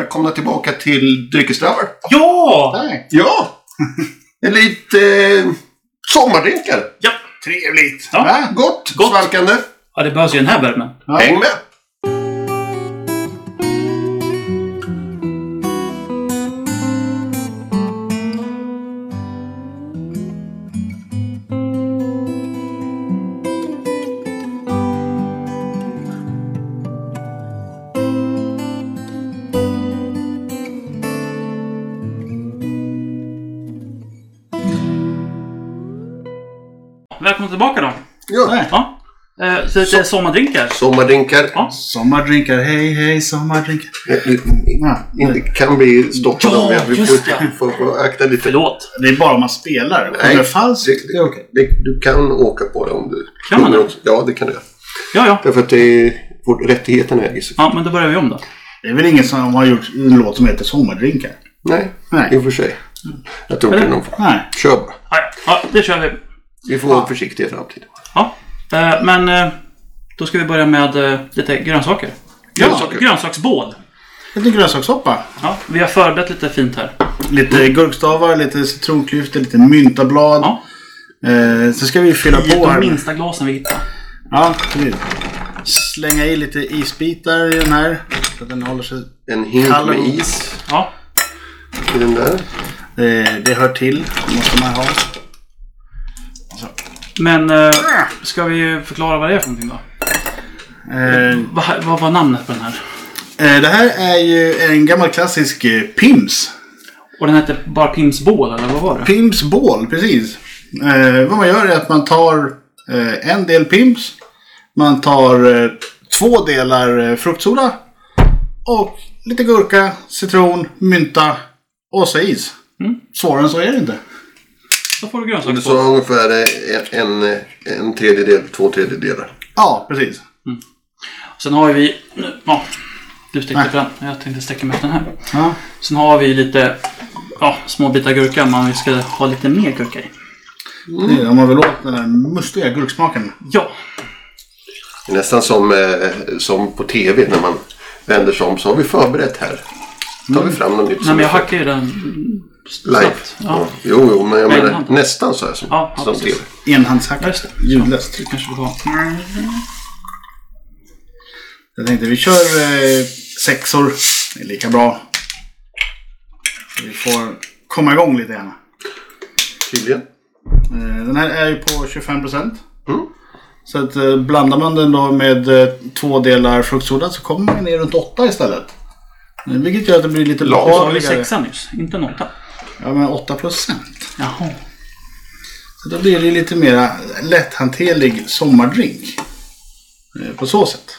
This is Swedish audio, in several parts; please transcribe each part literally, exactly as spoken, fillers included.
välkomna tillbaka till Dryckesdravar. Ja! Nej. Ja! En lite eh, sommardrinkar. Ja, trevligt. Ja. Va? Gott, Gott. svalkande. Ja, det behövs ju den här värmen. Ja. Häng med. Välkommen tillbaka då. Ja. Ja. Eh, Så det är sommardrinkar. Sommardrinkar. Ja. Sommardrinkar, hej hej, sommardrinkar. Ja. Inte kan bli stoppade Ja, om jag. Vi just får, det. får, får akta lite. Förlåt. Det är bara om man spelar. Nej. Om det är falskt, Det, det är okej. det, du kan åka på det om du... Kan man det? Ja, det kan du. Ja, ja. Därför att det är, vår rättigheten äger sig. Ja, men då börjar vi om då. Det är väl ingen som har gjort en låt som heter sommardrinkar? Nej, Nej. i och för sig. Jag tror inte Eller? någon får. Nej. Kör bara. Ja, ja, det kör vi. Vi får vara försiktiga i framtiden. Ja. Eh, Men eh, då ska vi börja med eh, lite grönsaker. Grönsaker. Grönsaksbål. Lite grönsakssoppa. Ja, vi har förberett lite fint här. Lite gurkstavar, lite citronklyftor, lite myntablad. Ja. Eh, så ska vi fylla I på de här. minsta glasen vi hittar. Ja, precis. Slänga i lite isbitar i den här. Så att den håller sig. En hink Kall med och- is Ja. i den där. Det, det hör till. Det måste man ha. Men eh, ska vi förklara vad det är för någonting då? Eh, Vad, vad var namnet på den här? eh, det här är ju en gammal klassisk eh, Pims. Och den hette bara Pimsbål, eller vad var det? Pims bål, precis. Eh, vad man gör är att man tar eh, en del Pims. Man tar eh, två delar eh, fruktsoda. Och lite gurka, citron, mynta och så is. Mm. Svårare än så är det inte. Då får du Det grönsaksbål. så ungefär en, en, en tredjedel, två tredjedelar. Ja, precis. Sen har vi... Ja, du sträckte Nej. fram. Jag tänkte sträcka med den här. Ja. Sen har vi lite ja, små bitar gurka, men vi ska ha lite mer gurka i. Det är, om man vill åt den här mustiga gurksmaken. Ja, Det är nästan som, eh, som på tv när man vänder sig om, så har vi förberett här. Tar vi fram något nytt nej, som men jag är hackar ju den live. snabbt. Ja. Ja, Jo, jo, men jag Med menar hand. nästan så här som, Ja, ja, som precis. tv. Enhandshack. ja just det. Ljudlöst. Du kanske vill ha. Jag tänkte vi kör eh, sexor. Det är lika bra. Så vi får komma igång lite grann. Tydligen. Eh, Den här är ju på tjugofem procent. Mm. Så att eh, blandar man den då med eh, två delar fruktsoda så kommer man ner runt åtta istället. Eh, Vilket gör att det blir lite Lag, Så har vi behagligare. sexa nyss, inte en åtta. Ja, men åtta procent. Jaha. Så då blir det lite mer lätthanterlig sommardrink. Eh, På så sätt.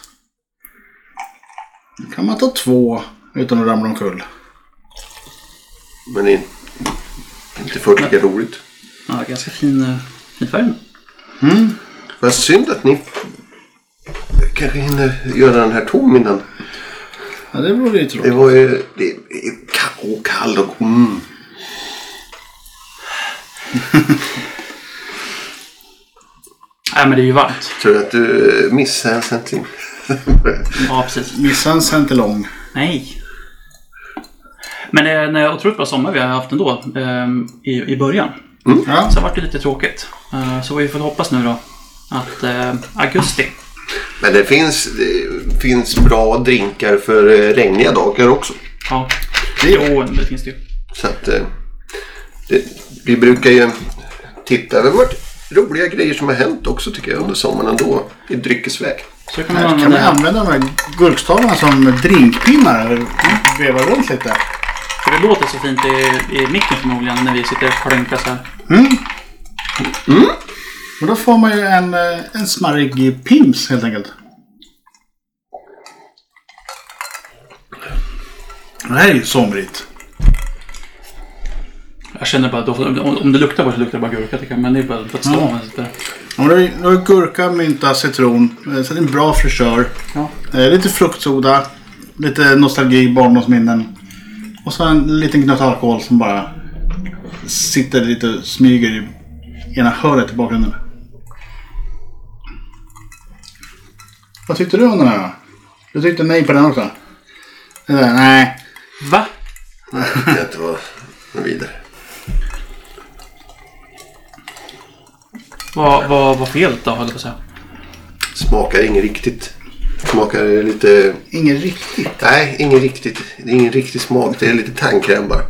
Då kan man ta två utan att ramla omkull. Men det är inte för lika roligt. Ja, ganska fin, eh, fin färg. Mm. Vad synd att ni kanske hinner göra den här tom innan. Ja, det vore ju Det tråkigt. var ju det är kall och kall och mm. Nej, men det är ju varmt. Tror du att du missade en centimeter? Ja, precis. Missa en cent lång. Nej. Men det är en otroligt bra sommar vi har haft ändå ehm, i, i början. Ja. Så det har varit lite tråkigt. Eh, Så vi får hoppas nu då att eh, augusti. Men det finns, det finns bra drinkar för eh, regniga dagar också. Ja, jo, det finns det ju. Så att eh, det, vi brukar ju titta. Det har varit roliga grejer som har hänt också tycker jag under sommaren ändå i dryckesväg. Så kan man Här kan använda man använda de här gurkstavarna som drinkpinnar och veva runt lite. För det låter så fint i, i micken förmodligen när vi sitter och klunkar så här. Mm. Mm. Och då får man ju en, eh, en smarrig pims helt enkelt. Det här är ju somrigt. Jag känner bara att då, om, om det luktar bara så luktar det bara gurka tycker jag. Men det är bara för att stå Ja. med sitter. Ja, det är, det är gurka, mynta, citron. eh, Så det är en bra frisör. Ja. Eh, lite fruktsoda. Lite nostalgi, barndomsminnen. Och så en liten gnutta alkohol som bara sitter lite smyger i ena hörnet i bakgrunden. Vad tyckte du om den här? Du tyckte nej på den också? Det där, nej. Va? Det kan inte vara vidare. Vad vad var fel då, håller jag på att säga? Smakar inget riktigt. Smakar lite... Inget riktigt. Nej, inget riktigt. Det är ingen riktig smak. Det är lite tandkräm bara.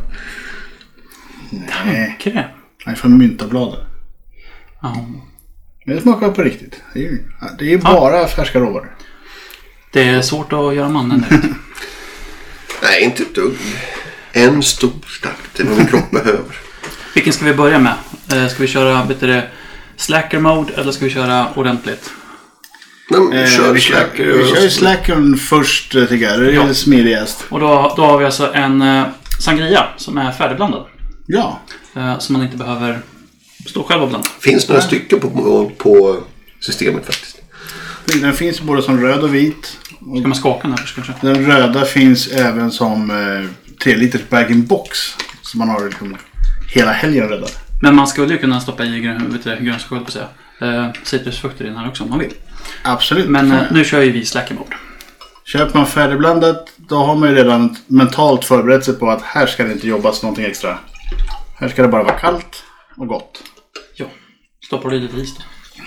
Nej. Okej. Nej, från myntabladet. Ja. Men det smakar på riktigt. Det är ju, det är ju bara färska råvaror. Det är svårt att göra mannen nu. Nej, inte ett dugg. En stor stark. Det är vad min kropp behöver. Vilken ska vi börja med? Eh, ska vi köra bättre slacker mode eller ska vi köra ordentligt? Men, Eh, kör vi kör, slacker. vi kör ju slackern först tycker jag. Det är Ja. smidigast. Och då, då har vi alltså en eh, sangria som är färdigblandad. Ja. Eh, som man inte behöver stå själv och blanda. Finns några stycken på, på, på systemet faktiskt. Den finns både som röd och vit. Och Ska man skaka den här först kanske? den röda finns även som eh, tre liters bag-in-box. Så man har liksom hela helgen räddad. Men man skulle ju kunna stoppa i grönskål på att säga. Eh, citrusfrukter i den här också om man vill. Absolut. Men eh, nu kör ju vi slacker mode. Köper man färdigblandat, då har man ju redan mentalt förberett sig på att här ska det inte jobbas någonting extra. Här ska det bara vara kallt och gott. Ja. Stoppar du i lite is då?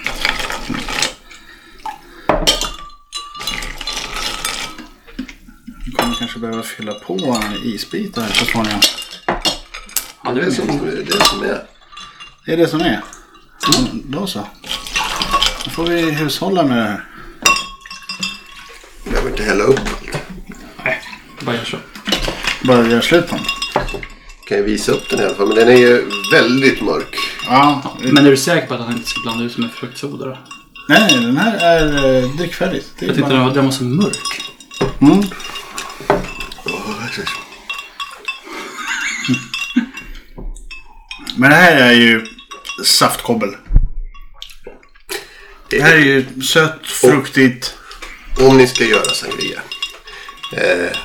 Vi kommer kanske behöva fylla på isbitar här så småningom. Ja, Det det är är som, med. det är som är. Det är det som är. Ja, då så. Då får vi hushålla med det här. Jag behöver inte hälla upp allt. Nej, bara gör så. Bara göra slut på den. Kan jag visa upp den i alla fall. Men den är ju väldigt mörk. Ja, Men är du säker på att han inte ska blanda ut med fruktsoda då? nej, den här är eh, drickfärdig. Det är Jag tyckte bara... den var, den var så mörk. Mm. Men det här är ju saftkobbel. Det här är ju sött, fruktigt. Om ni ska göra sangria. Eh,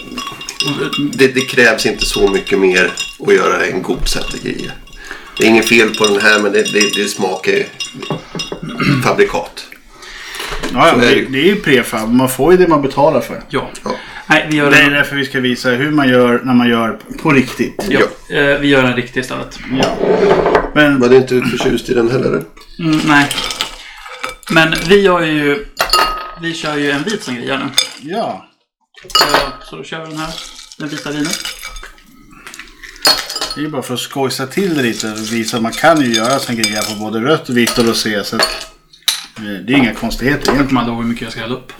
det, det krävs inte så mycket mer att göra en god sangria. Det är inget fel på den här, men det, det, det smakar fabrikat. Ja, ja, Så är det, det ju. det är ju prefab. Man får ju det man betalar för. Ja. Ja. Nej, vi gör Det är en, därför vi ska visa hur man gör när man gör på riktigt. ja. Eh, vi gör en riktig istället. Ja. Men Var det inte förtjust i den heller? Mm, nej. Men vi har ju... Vi kör ju en vit sangria nu. ja, Eh, Så då kör vi den här. Den vita vinet. det är ju bara för att skojsa till det lite och visa att man kan ju göra sangria på både rött, vitt och rosé. Så att, eh, det är inga konstigheter Jag kommer egentligen. aldrig ihåg hur mycket jag ska hälla upp.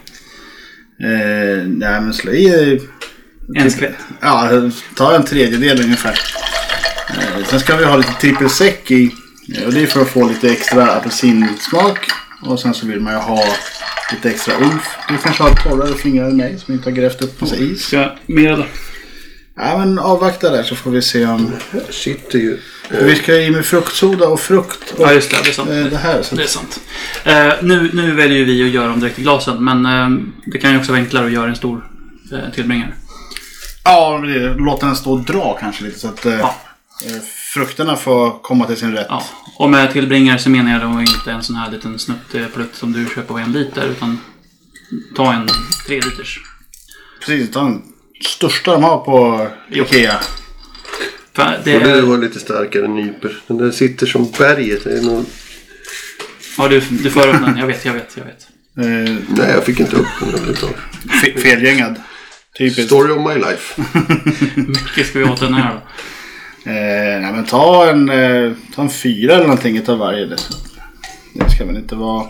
Eh, nej, men slå i... eh, En skvätt. Ja, ta en tredjedel ungefär. Eh, sen ska vi ha lite trippelsäck i. eh, Och det är för att få lite extra apelsinsmak. Och sen så vill man ju ha lite extra umf. Du kanske har torrare fingrar än mig som inte har grävt upp massa is. Ska jag mer eller? Ja, men avvakta där så får vi se om... Här sitter ju... Vi ska i med fruktsoda och frukt. Och, Ja, just det. Det är sant. eh, det här. Så Det är sant. Eh, nu, nu väljer ju vi att göra dem direkt i glasen. Men eh, det kan ju också vara enklare att göra en stor eh, tillbringare. ja, det- låt den stå och dra kanske lite så att eh, Ja. eh, frukterna får komma till sin rätt. Ja. Och med tillbringare så menar jag då inte en sån här liten snuttplutt som du köper på en liter. Utan ta en tre liters. Precis, den största de har på Jo. Ikea. För det Och du är, har lite starkare nyper. Den där sitter som berget. Det är nog... ja, du, du får upp den. Jag vet, jag vet, jag vet. Eh, Nej, jag fick inte upp den överhuvudtaget. fe- felgängad. Typiskt. Story of my life. Mycket ska vi åt den här då. Eh, nej, men ta en, eh, ta en fyra eller någonting utav varje. Det, det ska väl inte vara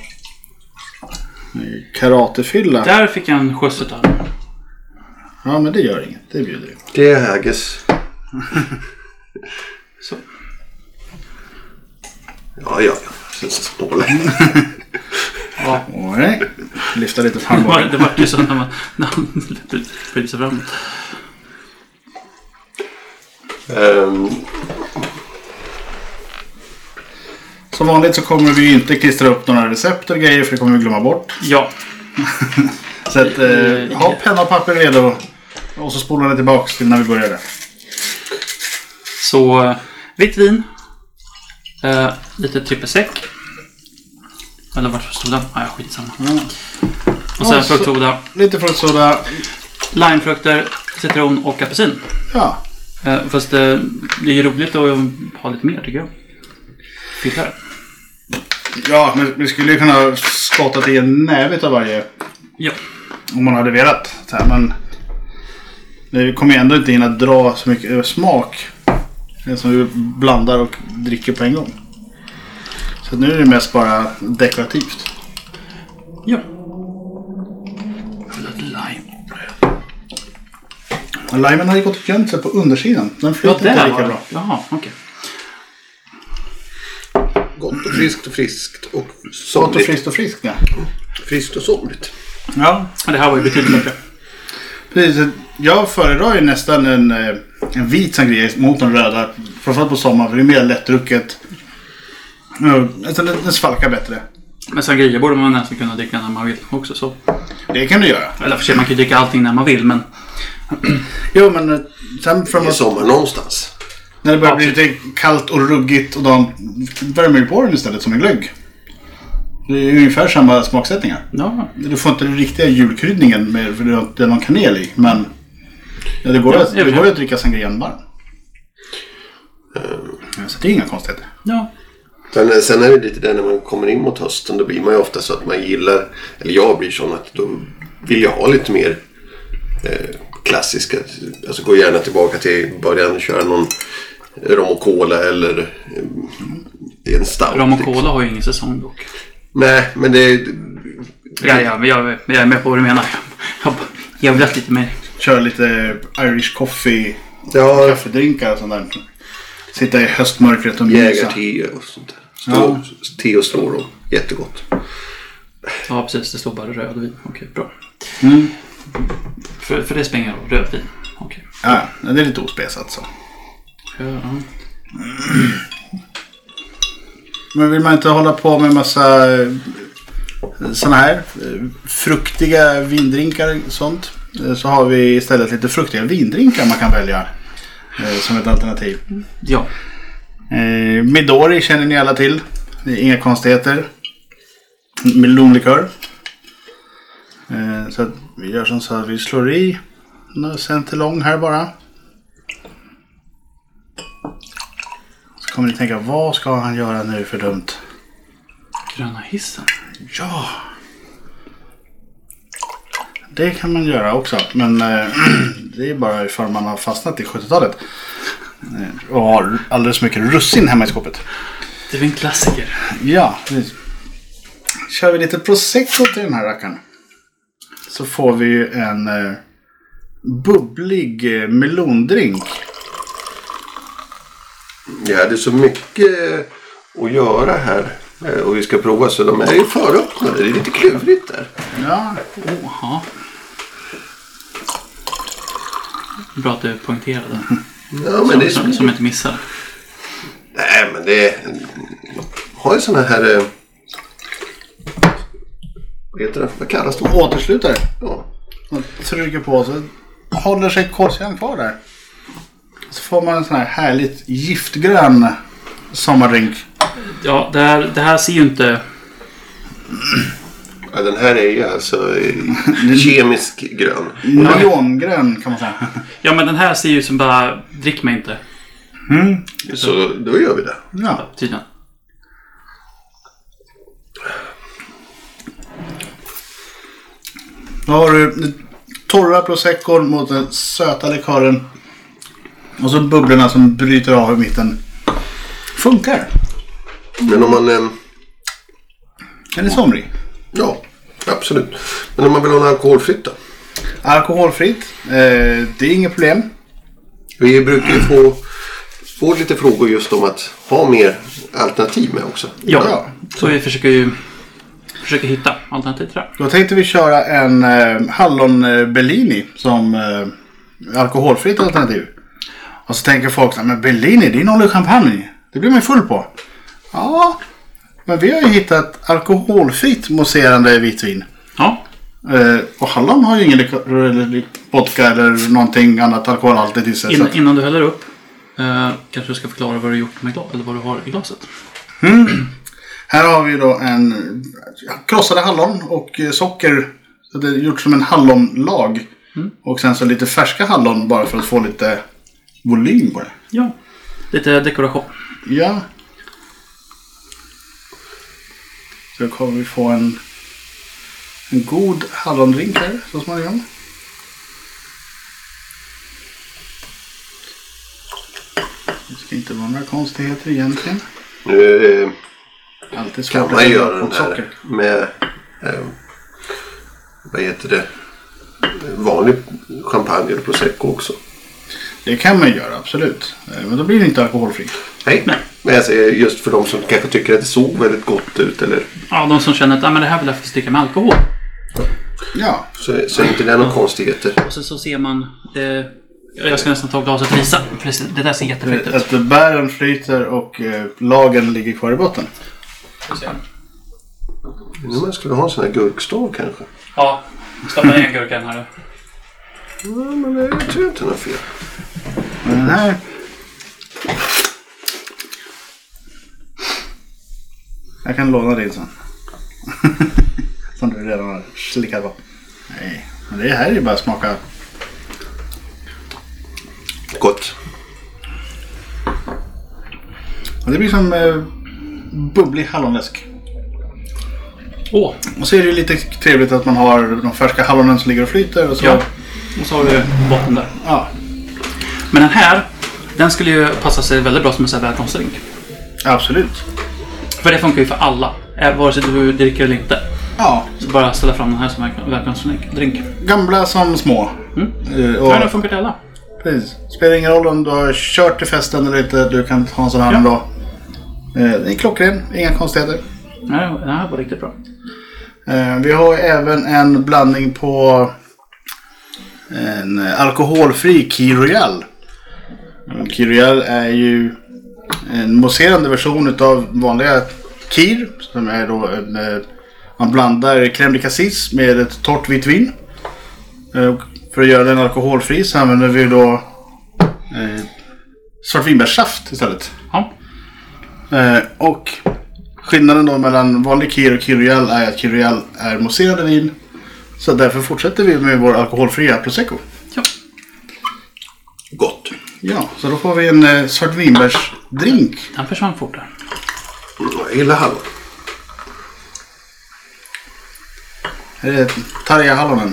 eh, karatefylla. Där fick jag en skjuts utav. Ja, men det gör inget. Det bjuder vi. Det är häges. Så. Ja, ja, ja. Sen så snåla. Ja. Nej. Lyfta lite Det var, fram. det var ju så när man, när man flyttade sig framåt. um, Som vanligt så kommer vi ju inte klistra upp några recept och grejer för det kommer vi glömma bort. Ja, Så att, eh, ha penna och papper redo. Och så spolar det tillbaka till när vi började. så eh, vitt vin. Eh, lite trippelsäck. Eller vart stod den? Ah, ja, skitsamma. Mm. Och sen Och så- fruktsoda. Lite fruktsoda. Limefrukter. citron och apelsin. Ja. Eh, fast eh, det är ju roligt att ha lite mer tycker jag. Fyllare. Ja, men vi skulle ju kunna skotta till en näve av varje. Ja. Om man hade velat. Så här, men det kommer ju ändå inte hinna dra så mycket smak. Det som vi blandar och dricker på en gång. Så nu är det mest bara dekorativt. Ja. Lite lime. Limen har ju gått och gömt sig på undersidan. Den flyter Ja, inte där lika var bra. Jaha, okej. Gott och friskt och friskt och Gott och somrigt. friskt och friskt, ja. Friskt och somrigt. Ja, Men det här var ju betydligt bättre. precis. Jag föredrar ju nästan en, eh, en vit sangria mot den röda. Framförallt på sommaren, för det är mer lättdrucket. Ja, alltså den, den svalkar bättre. Men sangria borde man nästan kunna dricka när man vill också. Så. Det kan du göra. Eller för sig, man kan ju dricka allting när man vill, men... Jo, men eh, sen Det är framåt, sommar någonstans. när det börjar bli lite kallt och ruggigt och de värmer på den istället som en glögg. Det är ungefär samma smaksättningar. Ja, Du får inte den riktiga julkryddningen med, för det är någon kanel i, men ja, det går, Ja, att, jag det vet. går att dricka sangrian varm. Så det är inga konstigheter. ja. Men eh, sen är det lite det när man kommer in mot hösten. Då blir man ju ofta så att man gillar, eller jag blir sån att då vill jag ha lite mer eh, klassiska. Alltså gå gärna tillbaka till början och köra någon rom och cola eller eh, en stout. Rom och liksom. cola har ju ingen säsong dock. Nej, men det är... Ja, ja, men jag, jag är med på vad du menar. Jag har jävlat lite mer. Kör lite Irish coffee, Ja, kaffedrinkar och sånt där. Sitta i höstmörkret och mysa. jägarte och sånt där. Stå, te och strårom. Jättegott. Ja, precis. Det står bara rödvin. Okej, bra. Mm. För, för det spelar ingen roll. Rödvin. Okej. Ja, det är lite ospesat så. Ja. Men vill man inte hålla på med massa såna här eh, fruktiga vindrinkar och sånt, eh, så har vi istället lite fruktiga vindrinkar man kan välja eh, som ett alternativ. Ja. Eh, Midori känner ni alla till. Det är inga konstigheter. Melonlikör. Eh, så att vi gör som så att vi slår i några centilong här bara. Så kommer ni tänka, vad ska han göra nu för dumt? Gröna hissen. Ja. Det kan man göra också. Men eh, det är bara ifall man har fastnat i sjuttiotalet. Eh, och har alldeles för mycket russin hemma i skåpet. Det är en klassiker. Ja, precis. Kör vi lite prosecco till den här rackaren. Så får vi ju en eh, bubblig eh, melondrink. Jag hade så mycket att göra här. eh, Och vi ska prova, så de är ju föröppnade. Det är lite klurigt där. Ja, Oha. Bra att du poängterade. Ja, men Som, det är som, som jag inte missar. Nej, men det är... Har ju såna här... eh, Vad heter det? Vad kallas de? återslutare. Ja. Man trycker på så håller sig kolsyran kvar där. Så får man en sån här härligt giftgrön sommardrink. Ja, det här, det här ser ju inte... Ja, den här är ju alltså eh, kemisk grön. Neongrön kan man säga. Ja, men den här ser ju som bara... Drick mig inte. Mm. Så då gör vi det. Ja. Ja, tydligen. Då har du den torra proseccon mot den söta likören. Och så bubblorna som bryter av i mitten. Funkar. Men om man... eh, Den är somrig. Ja, absolut. Men om man vill ha en alkoholfritt då? Alkoholfritt. Eh, det är inget problem. Vi brukar ju få, få lite frågor just om att ha mer alternativ med också. Ja, Ja. så vi försöker ju... Försöker hitta alternativ till det. Då tänkte vi köra en eh, hallon eh, Bellini som eh, alkoholfritt alternativ. Och så tänker folk så här, men Bellini, det är noll champagne. Det blir man ju full på. Ja, men vi har ju hittat alkoholfritt mousserande vitt vin. Ja, Eh, och hallon har ju ingen likör eller lik- vodka eller någonting annat alkoholhaltigt i sig. In, så att- innan du häller upp. Eh, kanske du ska förklara vad du har gjort med glas, eller vad du har i glaset. Här har vi då en ja, krossade hallon och eh, socker. Så det är gjort som en hallonlag Mm. Och sen så lite färska hallon bara för att få lite volym på det. Ja, lite dekoration. Ja. Så kommer vi få en, en god hallondrink här så småningom. Det ska inte vara några konstigheter egentligen. Nu eh, Alltid svårt kan att man göra göra den mot här socker. med, eh, vad heter det, vanlig champagne eller prosecco också. Det kan man göra, absolut. Eh, Men då blir det inte alkoholfri. Nej, men jag säger just för de som kanske tycker att det såg väldigt gott ut. Eller, Ja, de som känner att ah, men det här vill jag faktiskt dricka med alkohol. Ja, så, så är inte det några konstigheter. Och så, så ser man... Eh, jag ska nästan ta glaset och visa. För det där ser jättefint ut. att bären flyter och eh, lagen ligger kvar i botten. Nu man skulle ha en sån här gurkstav kanske. Ja, stoppa ner gurkan här då. Ja, men det tror jag inte något fel. Men den här... Jag kan låna din sen. Som du redan har slickat på. Nej, men det här är ju bara att smaka. Gott. Och det blir som eh, bubblig hallonläsk. Åh, Och så är det ju lite trevligt att man har de färska hallonen som ligger och flyter. Och så, ja. Och så har du botten där. ja, Men den här, den skulle ju passa sig väldigt bra som en sån här välkomstdrink. absolut. För det funkar ju för alla. Eh, Vare sig du dricker eller inte. Ja, Så bara ställa fram den här som en välkomstdrink. gamla som små. Mm. Eh, och, Ja, den funkar till alla. precis. Spelar ingen roll om du har kört till festen eller inte. Du kan ha en sån här Ja. ändå. Eh, det är klockren, inga konstigheter. Nej, den här var riktigt bra. Eh, vi har även en blandning på en alkoholfri Key Royal. Key Royal är ju en mousserande version av vanliga Kir. Som är då en, eh, man blandar crème de cassis med ett torrt vitt vin. Eh, för att göra den alkoholfri så använder vi då eh, svartvinbärssaft istället. Ja. Eh, och skillnaden då mellan vanlig Kir och Key Royal är att Key Royal är mousserande vin. Så därför fortsätter vi med vår alkoholfria prosecco. Ja. Gott. Ja, så då får vi en eh, svartvinbärsdrink. Den försvann fort där. Jag gillar hallon. Här är tarja hallonen.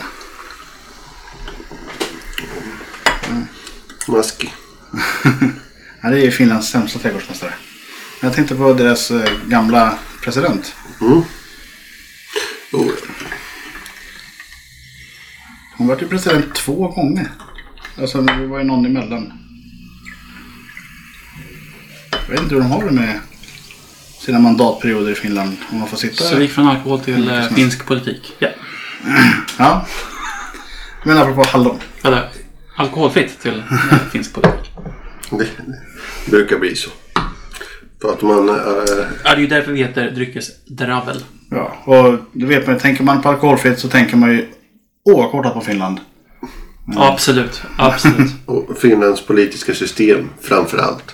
Maskig. Ja, det är Finlands sämsta trädgårdsmästare. Jag tänkte på deras eh, gamla president. Mm. Oh. Hon var ju president två gånger. Alltså det var ju någon emellan. Jag vet inte hur de har det med sina mandatperioder i Finland. Om man får sitta Så vi gick från alkohol till eh, finsk politik. Ja. Ja. Men apropå hallon. Eller alkoholfritt till eh, finsk politik. Det, det brukar bli så. För att man... Äh, Ja, det är ju därför vi heter dryckesdravel. Ja, och du vet man, tänker man på alkoholfritt så tänker man ju oavkortat på Finland. Mm. Absolut, absolut. och Finlands politiska system framför allt.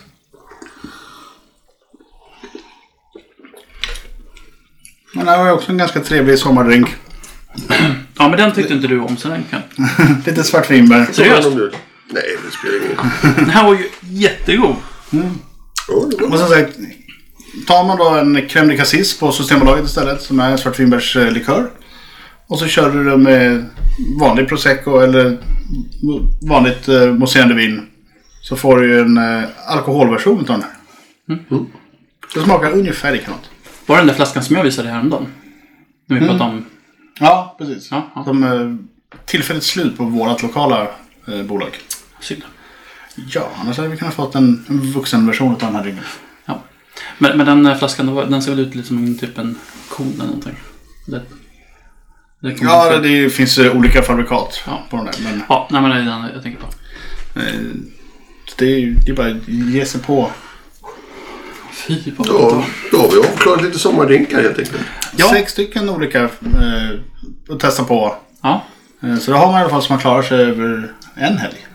Men det här var ju också en ganska trevlig sommardrink. Ja, men den tyckte inte du om så den kan. Lite svartvinbär. Seriöst? Om du... Nej, det spelar ingen roll. Den här var ju jättegod. Oh, det var... Och som sagt, tar man då en crème de cassis på Systembolaget istället som är en svartvinbärslikör. Och så kör du den med vanlig prosecco eller vanligt eh, mousserande vin. Så får du ju en eh, alkoholversion av den här. Mm. Det smakar ungefär likadant. Var den där flaskan som jag visade häromdagen? När vi pratade om... Ja, precis. Ja, ja. De är tillfälligt slut på vårt lokala eh, bolag. Synd. Ja, annars hade vi kunnat fått en, en vuxen version av den här drinken. Ja. Men, men den här flaskan, den var- den ser väl ut lite som en typ en kon eller någonting. Det, det kan man Ja, få- det finns eh, olika fabrikat Ja. på de där. Men Ja, nej men det är den jag tänker på. eh, det, är, ju- det är bara att ge sig på. Fy vad Då, gott. då har vi avklarat lite sommardrinkar helt enkelt. Ja. Sex stycken olika eh, att testa på. Ja. Eh, så då har man i alla fall så man klarar sig över en helg.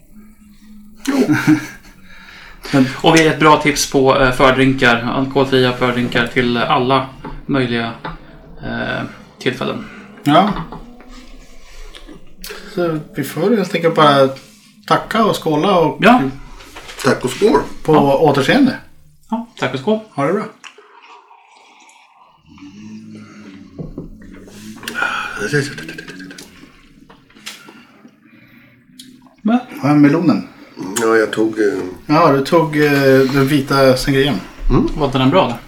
Och vi har ett bra tips på eh, fördrinkar, alkoholfria fördrinkar till alla möjliga eh, tillfällen. Ja, så vi får helt enkelt bara tacka och skåla och Ja. Tack och skål. på Ja. återseende. Ja, tack och skål. Ha det bra. Va? Vad är melonen? Ja, jag tog... eh, Ja, du tog eh, den vita sangrian. Var inte den bra då?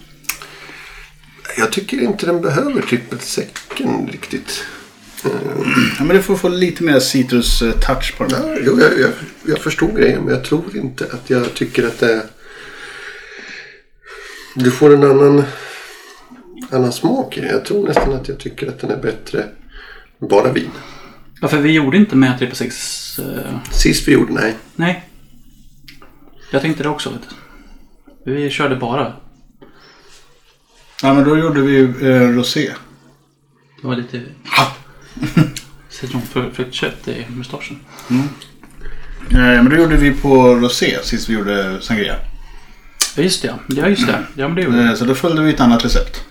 Jag tycker inte den behöver trippelsäcken riktigt. Ja, men du får få lite mer citrus-touch på den. Ja, jo, jag, jag, jag förstod grejen, men jag tror inte att jag tycker att det... Du får en annan, annan smak i den. Jag tror nästan att jag tycker att den är bättre bara vin. Ja, för vi gjorde inte med trippel sex. Uh... Sist vi gjorde, nej. Nej. Jag tänkte det också, vet du. Vi körde bara. Ja, men då gjorde vi eh, rosé. Det var lite citronfruktkött i mustaschen. Mm. Eh, men då gjorde vi på rosé sist vi gjorde sangria. Ja, just det. Ja, just det. Ja, men det gjorde Eh, så då följde vi ett annat recept.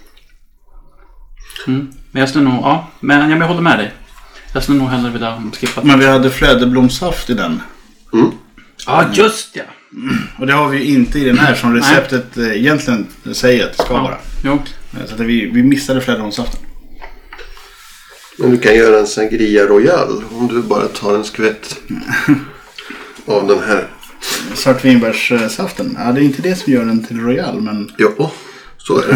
mm. Men jag skulle nog... Ja, men ja, men jag håller med dig. Jag skulle nog hellre vilja skippa. Men vi hade fläderblomsaft i den. Mm. Ja, just det. Och det har vi inte i den här som receptet eh, egentligen säger att det ska Ja. vara. Jo. Eh, Så att vi, vi missade fläderblomsaften. Men du kan göra en sangria royal om du bara tar en skvätt av den här. Svartvinbärssaften. Ja, det är inte det som gör den till royal, men... Ja, så är det.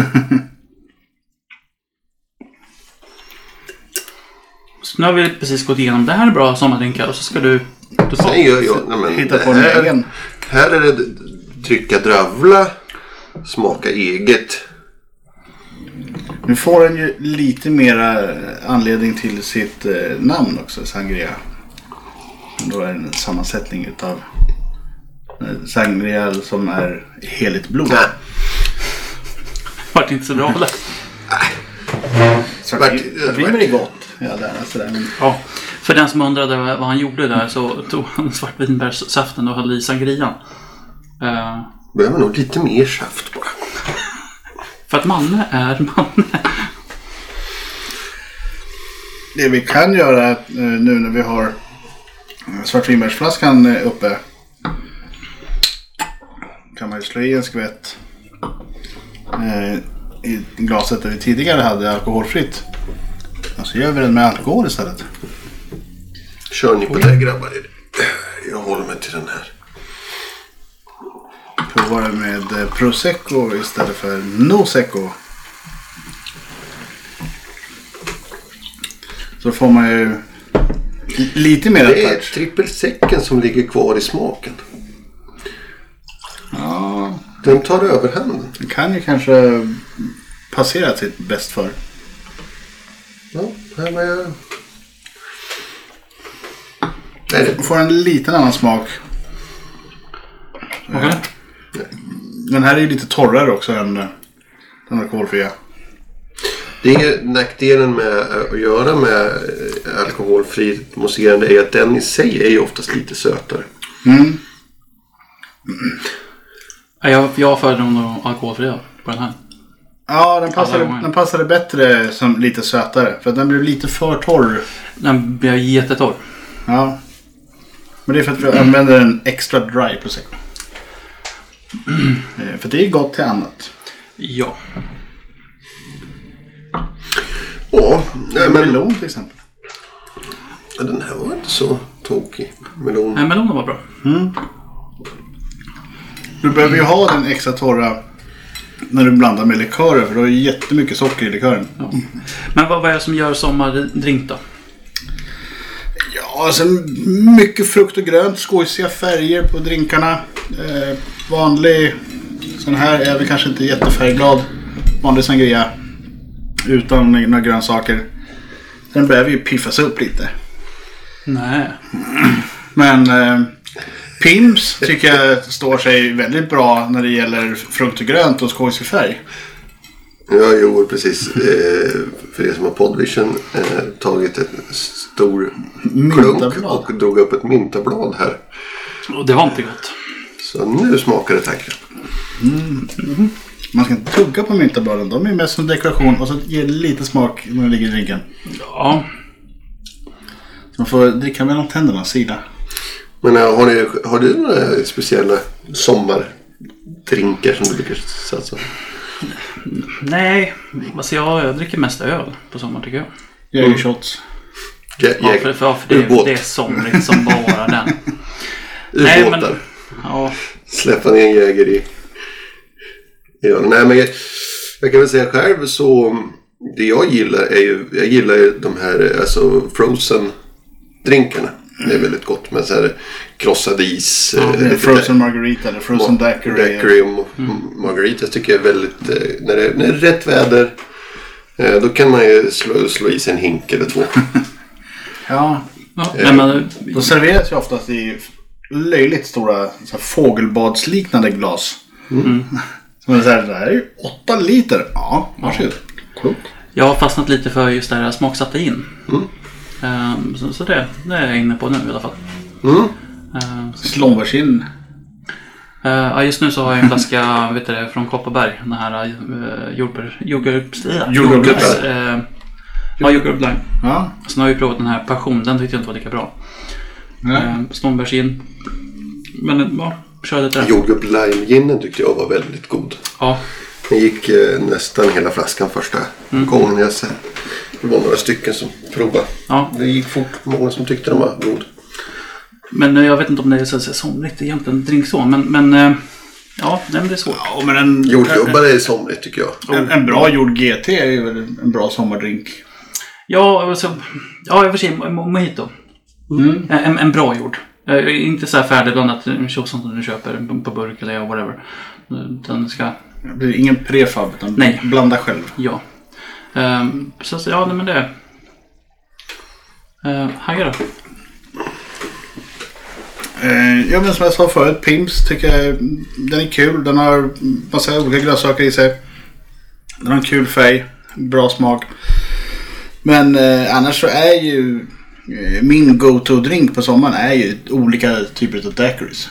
Så nu har vi precis gått igenom det här är bra sommardrinkar och så ska du... du ta- Sen gör jag... Nej, men Hitta det på en här, egen. här är det dricka dravla, smaka eget. Nu får den ju lite mera anledning till sitt eh, namn också, sangria. Då är det en sammansättning utav eh, sangria som är heligt blod. Nej. Vart inte så bra eller? Svartvinbär är gott. Ja, där, alltså där. Men... Ja. För den som undrade vad han gjorde där så tog han svartvinbärssaften och höll i sangrian. Uh, Behöver nog lite mer saft bara. för att manne är manne. Det vi kan göra eh, nu när vi har eh, svartvinbärsflaskan eh, uppe, kan man ju slå i en skvätt eh, i glaset där vi tidigare hade alkoholfritt. Alltså gör vi den med alkohol istället. Kör ni på det grabbar? Jag håller mig till den här. Provar det med eh, Prosecco istället för Nosecco. Så får man ju lite mer Det är touch. trippelsäcken som ligger kvar i smaken. Ja, Den tar överhanden. det kan ju kanske passera sitt bäst för. Ja, här med... Nej, det... Får en liten annan smak. Okej. Den här är ju lite torrare också än eh, den alkoholfria. Det är nackdelen med att göra med eh, alkoholfri mousserande är att den i sig är ju oftast lite sötare. Mm. Ja, Jag, jag föredrar nog alkoholfria på den här. Ja, den passade, Alla gånger. den passade bättre som lite sötare. För att den blev lite för torr. Den blir jättetorr. Ja. Men det är för att vi använder en extra dry prosecco. Eh, För det är gott till annat. Ja. Ja, nej, men Melon till exempel. ja, den här var inte så tokig. Melon. Nej, melonen var bra. Du behöver ju ha den extra torra när du blandar med likörer. För du har ju jättemycket socker i likören. Ja. Men vad, vad är det som gör sommardrink då? Ja, alltså mycket frukt och grönt. Skojsiga färger på drinkarna. Eh, vanlig sån här är väl kanske inte jättefärgglad. Vanlig sangria. Utan några grönsaker. Den behöver ju piffas upp lite. Nej. Men eh, Pims tycker jag står sig väldigt bra när det gäller frukt och grönt och skojsig färg. Ja, jo, precis. Eh, för er som har Podvision eh, tagit en stor klunk Myntablad. och drog upp ett myntablad här. Och det var inte gott. Så nu smakar det tackra. Man ska inte tugga på myntabladen. De är mest som dekoration och så ger det lite smak när det ligger i drinken. Ja. Man får dricka mellan tänderna sida. Men har, ni, har du några speciella sommardrinkar som du brukar satsa? Nej, alltså jag, jag dricker mest öl på sommaren tycker jag. Jägershots. Ja, ja, för, för, för det, det är somrigt som bara den. Nej, men, ja. Släppa ner en jäger i... Ja, nej, men jag, jag kan väl säga själv så... Det jag gillar är ju... Jag gillar ju de här alltså frozen drinkarna. Det är väldigt gott med så här krossad is. Ja, eh, frozen margarita eller frozen ma- daiquiri. Daiquiri och mm. margarita tycker jag är väldigt... Eh, när, det, när det är rätt väder eh, då kan man ju slå, slå i sig en hink eller två. Ja. ja eh, men, då serveras ju oftast i löjligt stora så här, fågelbadsliknande glas. Mm. Som är så här, det här är ju åtta liter. Ja, varsågod. Klokt. Jag har fastnat lite för just det här smaksatta in. Mm. Um, så så det, det är jag inne på nu i alla fall. Mm. Uh, Slånbärsin. uh, ja, just nu så har jag en flaska vet du, från Kopparberg. Den här uh, jordgubbs... Jordgubbs... Uh, Jordgubbs. Uh, ja, jordgubbs lime. Ja. Sen har jag ju provat den här passion. Den tyckte jag inte var lika bra. Uh, Slånbärsin. Men ja, kör lite där. Jordgubb lime-ginen tyckte jag var väldigt god. Ja. Den gick eh, nästan hela flaskan första mm. gången jag sett. Det var några stycken som provade. Ja. Det gick fort. Många som tyckte den var god. Men eh, jag vet inte om det är så att säga somrigt egentligen drink så. Men, men eh, ja, det är svårt. Ja, men en, Jordgubbar är somrigt tycker jag. En, en bra jord G T är ju väl en bra sommardrink. Ja, alltså, ja, jag får säga mo- mojito. Mm. En, en bra jord. Eh, inte så här färdigblandat sånt som du köper på burk eller whatever. Den ska... Det blir ingen prefab utan Nej. Blanda själv. Ja. Um, så, så ja, nej, men det. Uh, Hagga då? Uh, ja, men som jag sa förut, Pimps tycker jag den är kul. Den har massa olika grönsaker i sig. Den har en kul färg, bra smak. Men uh, annars så är ju uh, min go-to-drink på sommaren är ju olika typer av daiquiris.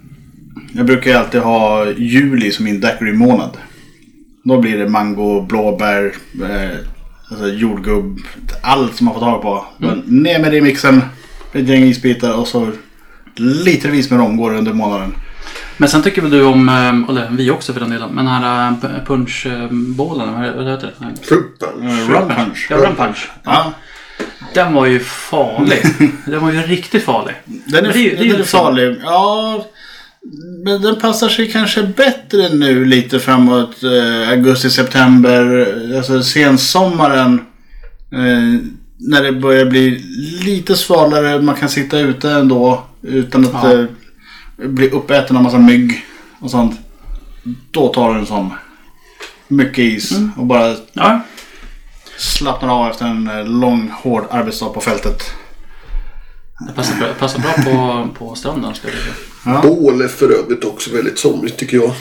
Jag brukar ju alltid ha juli som min daiquiri-månad. Då blir det mango, blåbär, eh, alltså jordgubb, allt som man får tag på. Mm. Ner med det i mixen, ett gäng isbitar och så litervis med rom går under månaden. Men sen tycker väl du om, eller vi också för den delen, men den här punchbollen, vad heter det? Fruit punch. Rum punch. Ja, rum punch. Ja. Den var ju farlig. Den var ju riktigt farlig. Den är, det är, den det är är farlig. Ja, men den passar sig kanske bättre nu lite framåt eh, augusti, september, alltså sensommaren. Eh, när det börjar bli lite svalare, man kan sitta ute ändå utan att ja. eh, bli uppäten av massa mygg och sånt. Då tar du en sån mycket is mm. och bara ja. slappnar av efter en lång, hård arbetsdag på fältet. Det passar bra, passar bra på, på stranden ska jag säga. Ja. Bål är för övrigt också väldigt somrigt tycker jag.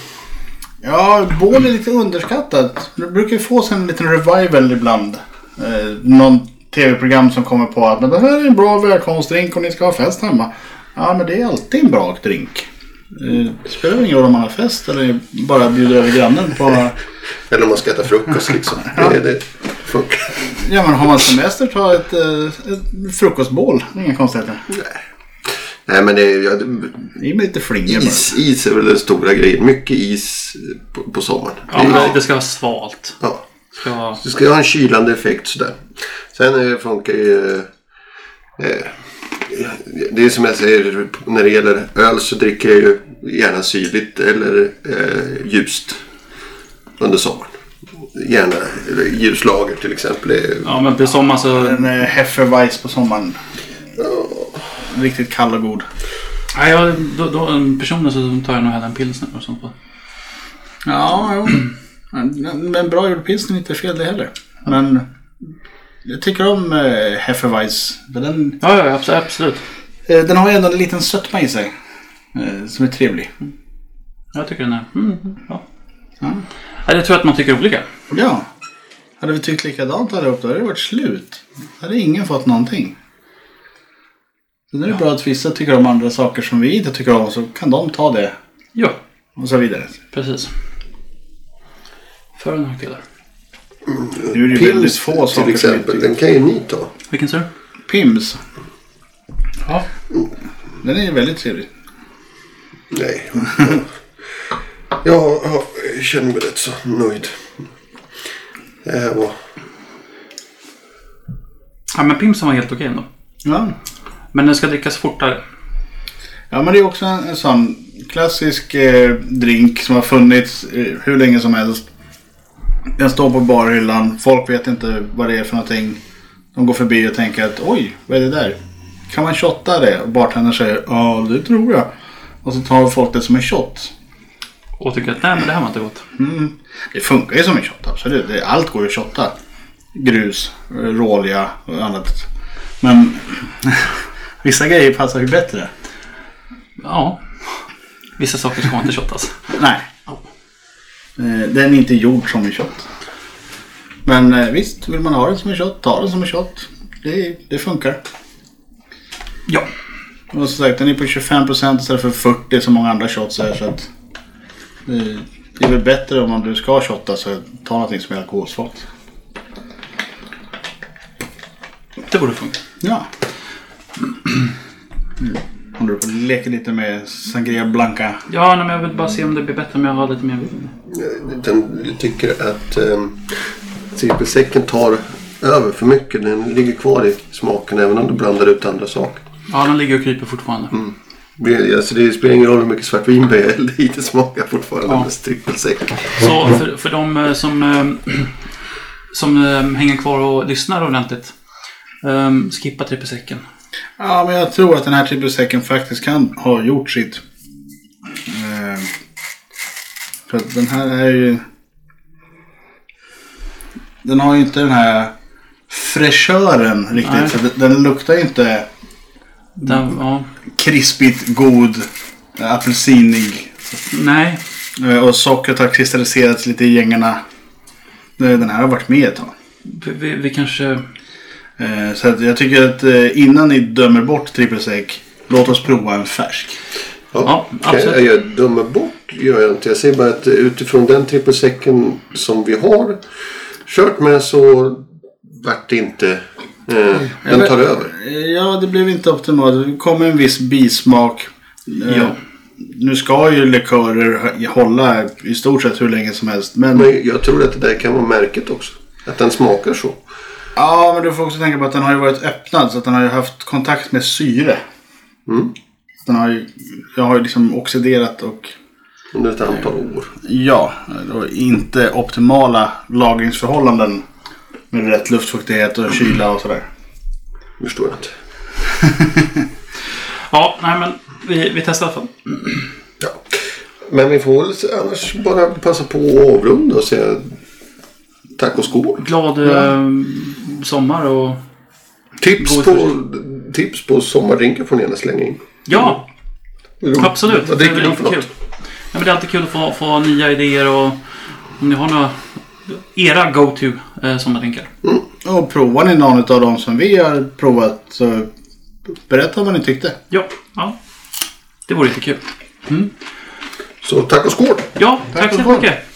Ja, bål är lite underskattat. Du brukar ju få sig en liten revival ibland. Eh, någon tv-program som kommer på att men det här är en bra välkomstdrink och ni ska ha fest hemma. Ja, men det är alltid en bra drink. Eh, det spelar ingen roll om man har fest eller bara bjuder över grannen på... Eller om man ska äta frukost liksom. Ja. Det, det funkar. Ja, men har man semester ta ett, ett frukostbål. Inga konstigheter. Nej. Nej, men det är... Ja, det, det är lite flinger is, is är väl den stora grejen. Mycket is på, på sommaren. Ja, det, men det ska vara svalt. Ja. Ska... Det ska ha en kylande effekt sådär. Sen eh, funkar ju... Eh, det är som jag säger, när det gäller öl så dricker jag ju gärna syrligt eller eh, ljust under sommaren. Gärna ljuslager till exempel. Är, ja, men på sommaren så... En eh, Hefeweiss på sommaren. Ja. Riktigt kall och god. Nej, ja, då, då, personen så tar jag nog hellre en pilsner och sånt på. Ja, jo. Men bra gjord pilsner är inte fel det heller. Men jag tycker om eh, Hefeweiss. Den, ja, ja, absolut. absolut. Eh, den har ju ändå en liten sötma i sig. Eh, som är trevlig. Jag tycker den är... Mm, ja. Ja. Jag tror att man tycker olika. Ja. Hade vi tyckt likadant allihop då hade det varit slut. Då hade ingen fått någonting. Så det är ja. bra att vissa tycker om andra saker som vi inte tycker om. Så kan de ta det. Ja. Och så vidare. Precis. För och nackdelar. Nu är det ju väldigt få saker till exempel. Den kan ju ni ta. Vilken sir? Pims. Ja. Den är väldigt trevlig. Nej. Jag, jag känner mig rätt så nöjd. Det här var... Ja, men Pimpsen var helt okej ändå. Ja. Men den ska drickas fortare. Ja, men det är också en, en sån klassisk eh, drink som har funnits eh, hur länge som helst. Den står på barhyllan. Folk vet inte vad det är för någonting. De går förbi och tänker att oj, vad är det där? Kan man shotta det? Och bartendern säger, ja det tror jag. Och så tar folk det som en shot. Och tycker att nej, men det här var inte gott. Mm. Det funkar ju som en shot, absolut. Det, allt går ju att shotta. Grus, råolja och annat. Men vissa grejer passar ju bättre. Ja. Vissa saker ska inte shottas. Nej. Den är inte gjord som en shot. Men visst, vill man ha den som en shot, ta den som en shot. Det, det funkar. Ja. Och som sagt, den är på tjugofem procent istället för fyrtio som många andra shots är. Så att det, det är väl bättre om du ska shotta så ta någonting som är alkoholsvagt. Det borde funka. Ja. Mm. Om du får leka lite med Sangria Blanca. Ja, men jag vill bara se om det blir bättre om jag har lite mer. Den, jag tycker att um, trippelsäcken tar över för mycket. Den ligger kvar i smaken även om du blandar ut andra saker. Ja, den ligger och kryper fortfarande. Mm. Det, alltså det spelar ingen roll hur mycket svartvinbär jag hällde i, det smakar fortfarande ja. Med trippelsäck. Så för, för de som, som hänger kvar och lyssnar ordentligt, um, skippa trippelsäcken. Ja, men jag tror att den här trippelsäcken faktiskt kan ha gjort sitt. Eh, för att den här är ju... Den har ju inte den här fräschören riktigt. Så den, den luktar ju inte den, ja. krispigt, god, apelsinig. Nej. Eh, och sockret har kristalliserats lite i gängarna. Den här har varit med ett tag. Vi, vi kanske... Så att jag tycker att innan ni dömer bort trippelsäck, låt oss prova en färsk. Ja, ja absolut. Jag, jag dömer bort gör jag inte. Jag säger bara att utifrån den trippelsäcken som vi har kört med så vart det inte eh, den tar ja, över. Ja, det blev inte optimalt. Det kom en viss bismak. Ja. Nu ska ju likörer hålla i stort sett hur länge som helst. Men, men jag tror att det där kan vara märket också. Att den smakar så. Ja, men du får också tänka på att den har ju varit öppnad så att den har ju haft kontakt med syre. Mm. Den har ju, jag har ju liksom oxiderat och... Under ett antal år. Ja, och inte optimala lagringsförhållanden med rätt luftfuktighet och kyla och sådär. Förstår jag inte. Ja, nej men vi, vi testar i alla fall. Ja. Men vi får väl annars bara passa på att avrunda och säga... Tack och skål. Glad ja. sommar och... Tips på, tips på sommardrinkar får ni gärna slänga in. Ja, mm. absolut. Vad dricker du för något? Kul. Ja, men det är alltid kul att få, få nya idéer och om ni har några era go-to eh, sommardrinkar. Mm. Och provar ni någon av dem som vi har provat så berätta vad ni tyckte. Ja, ja. Det vore lite kul. Mm. Så tack och skål. Ja, tack, tack så mycket.